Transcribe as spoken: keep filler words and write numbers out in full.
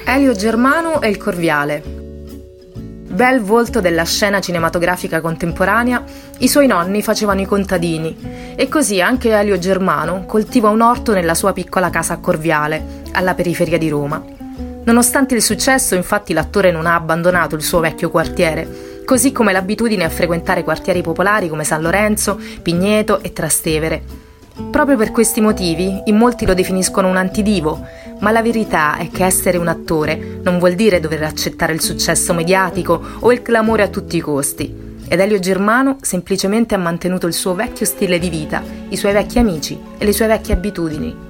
Elio Germano e il Corviale. Bel volto della scena cinematografica contemporanea, i suoi nonni facevano i contadini e così anche Elio Germano coltiva un orto nella sua piccola casa a Corviale, alla periferia di Roma. Nonostante il successo, infatti, l'attore non ha abbandonato il suo vecchio quartiere, così come l'abitudine a frequentare quartieri popolari come San Lorenzo, Pigneto e Trastevere. Proprio per questi motivi, in molti lo definiscono un antidivo, ma la verità è che essere un attore non vuol dire dover accettare il successo mediatico o il clamore a tutti i costi. Ed Elio Germano semplicemente ha mantenuto il suo vecchio stile di vita, i suoi vecchi amici e le sue vecchie abitudini.